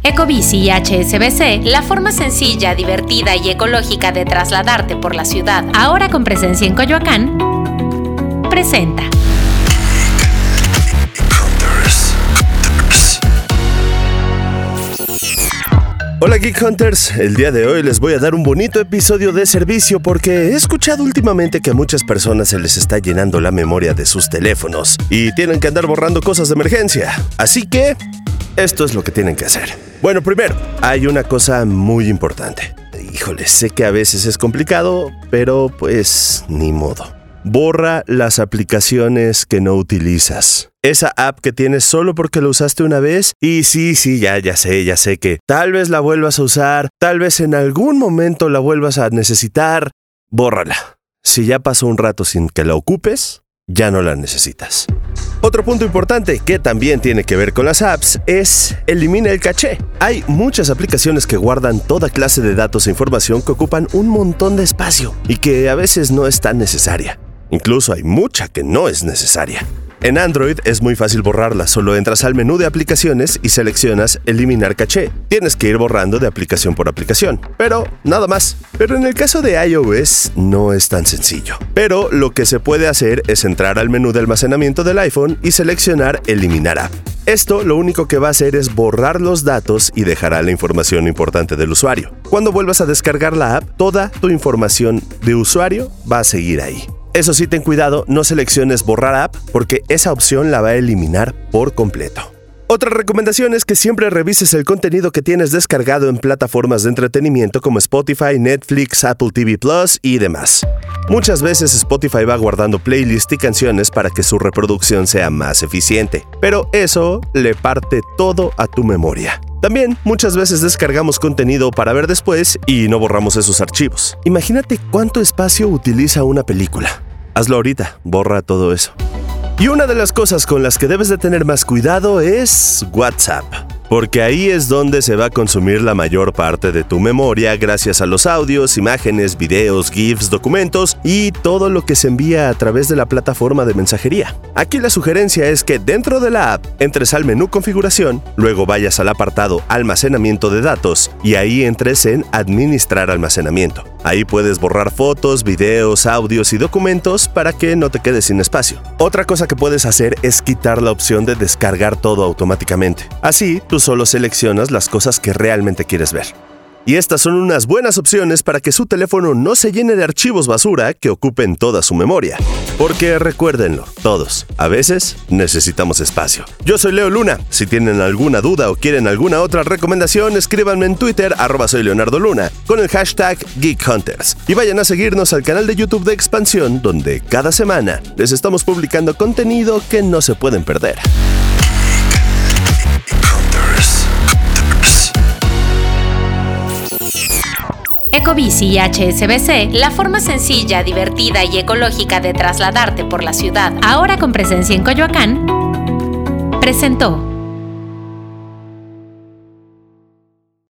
Ecobici y HSBC, la forma sencilla, divertida y ecológica de trasladarte por la ciudad, ahora con presencia en Coyoacán, presenta. Hola Geek Hunters, el día de hoy les voy a dar un bonito episodio de servicio porque he escuchado últimamente que a muchas personas se les está llenando la memoria de sus teléfonos y tienen que andar borrando cosas de emergencia. Así que, esto es lo que tienen que hacer. Bueno, primero, hay una cosa muy importante. Híjole, sé que a veces es complicado, pero pues ni modo. Borra las aplicaciones que no utilizas. Esa app que tienes solo porque la usaste una vez y sí, ya sé que tal vez la vuelvas a usar, tal vez en algún momento la vuelvas a necesitar, bórrala. Si ya pasó un rato sin que la ocupes, ya no la necesitas. Otro punto importante que también tiene que ver con las apps es elimina el caché. Hay muchas aplicaciones que guardan toda clase de datos e información que ocupan un montón de espacio y que a veces no es tan necesaria. Incluso hay mucha que no es necesaria. En Android es muy fácil borrarla, solo entras al menú de aplicaciones y seleccionas eliminar caché. Tienes que ir borrando de aplicación por aplicación, pero nada más. Pero en el caso de iOS no es tan sencillo. Pero lo que se puede hacer es entrar al menú de almacenamiento del iPhone y seleccionar eliminar app. Esto lo único que va a hacer es borrar los datos y dejará la información importante del usuario. Cuando vuelvas a descargar la app, toda tu información de usuario va a seguir ahí. Eso sí, ten cuidado, no selecciones borrar app porque esa opción la va a eliminar por completo. Otra recomendación es que siempre revises el contenido que tienes descargado en plataformas de entretenimiento como Spotify, Netflix, Apple TV Plus y demás. Muchas veces Spotify va guardando playlists y canciones para que su reproducción sea más eficiente, pero eso le parte todo a tu memoria. También, muchas veces descargamos contenido para ver después y no borramos esos archivos. Imagínate cuánto espacio utiliza una película. Hazlo ahorita, borra todo eso. Y una de las cosas con las que debes de tener más cuidado es WhatsApp. Porque ahí es donde se va a consumir la mayor parte de tu memoria gracias a los audios, imágenes, videos, GIFs, documentos y todo lo que se envía a través de la plataforma de mensajería. Aquí la sugerencia es que dentro de la app entres al menú configuración, luego vayas al apartado almacenamiento de datos y ahí entres en administrar almacenamiento. Ahí puedes borrar fotos, videos, audios y documentos para que no te quedes sin espacio. Otra cosa que puedes hacer es quitar la opción de descargar todo automáticamente. Así, tú solo seleccionas las cosas que realmente quieres ver. Y estas son unas buenas opciones para que su teléfono no se llene de archivos basura que ocupen toda su memoria. Porque recuérdenlo, todos, a veces necesitamos espacio. Yo soy Leo Luna. Si tienen alguna duda o quieren alguna otra recomendación, escríbanme en Twitter, @soyleonardoluna, con el hashtag GeekHunters. Y vayan a seguirnos al canal de YouTube de Expansión, donde cada semana les estamos publicando contenido que no se pueden perder. Ecobici y HSBC, la forma sencilla, divertida y ecológica de trasladarte por la ciudad, ahora con presencia en Coyoacán, presentó.